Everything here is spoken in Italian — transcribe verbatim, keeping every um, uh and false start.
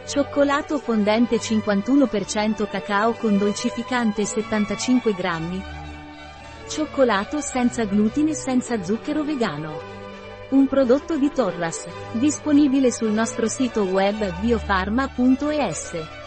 Cioccolato fondente cinquantuno per cento cacao con dolcificante settantacinque grammi. Cioccolato senza glutine e senza zucchero vegano. Un prodotto di Torras, disponibile sul nostro sito web biofarma punto es.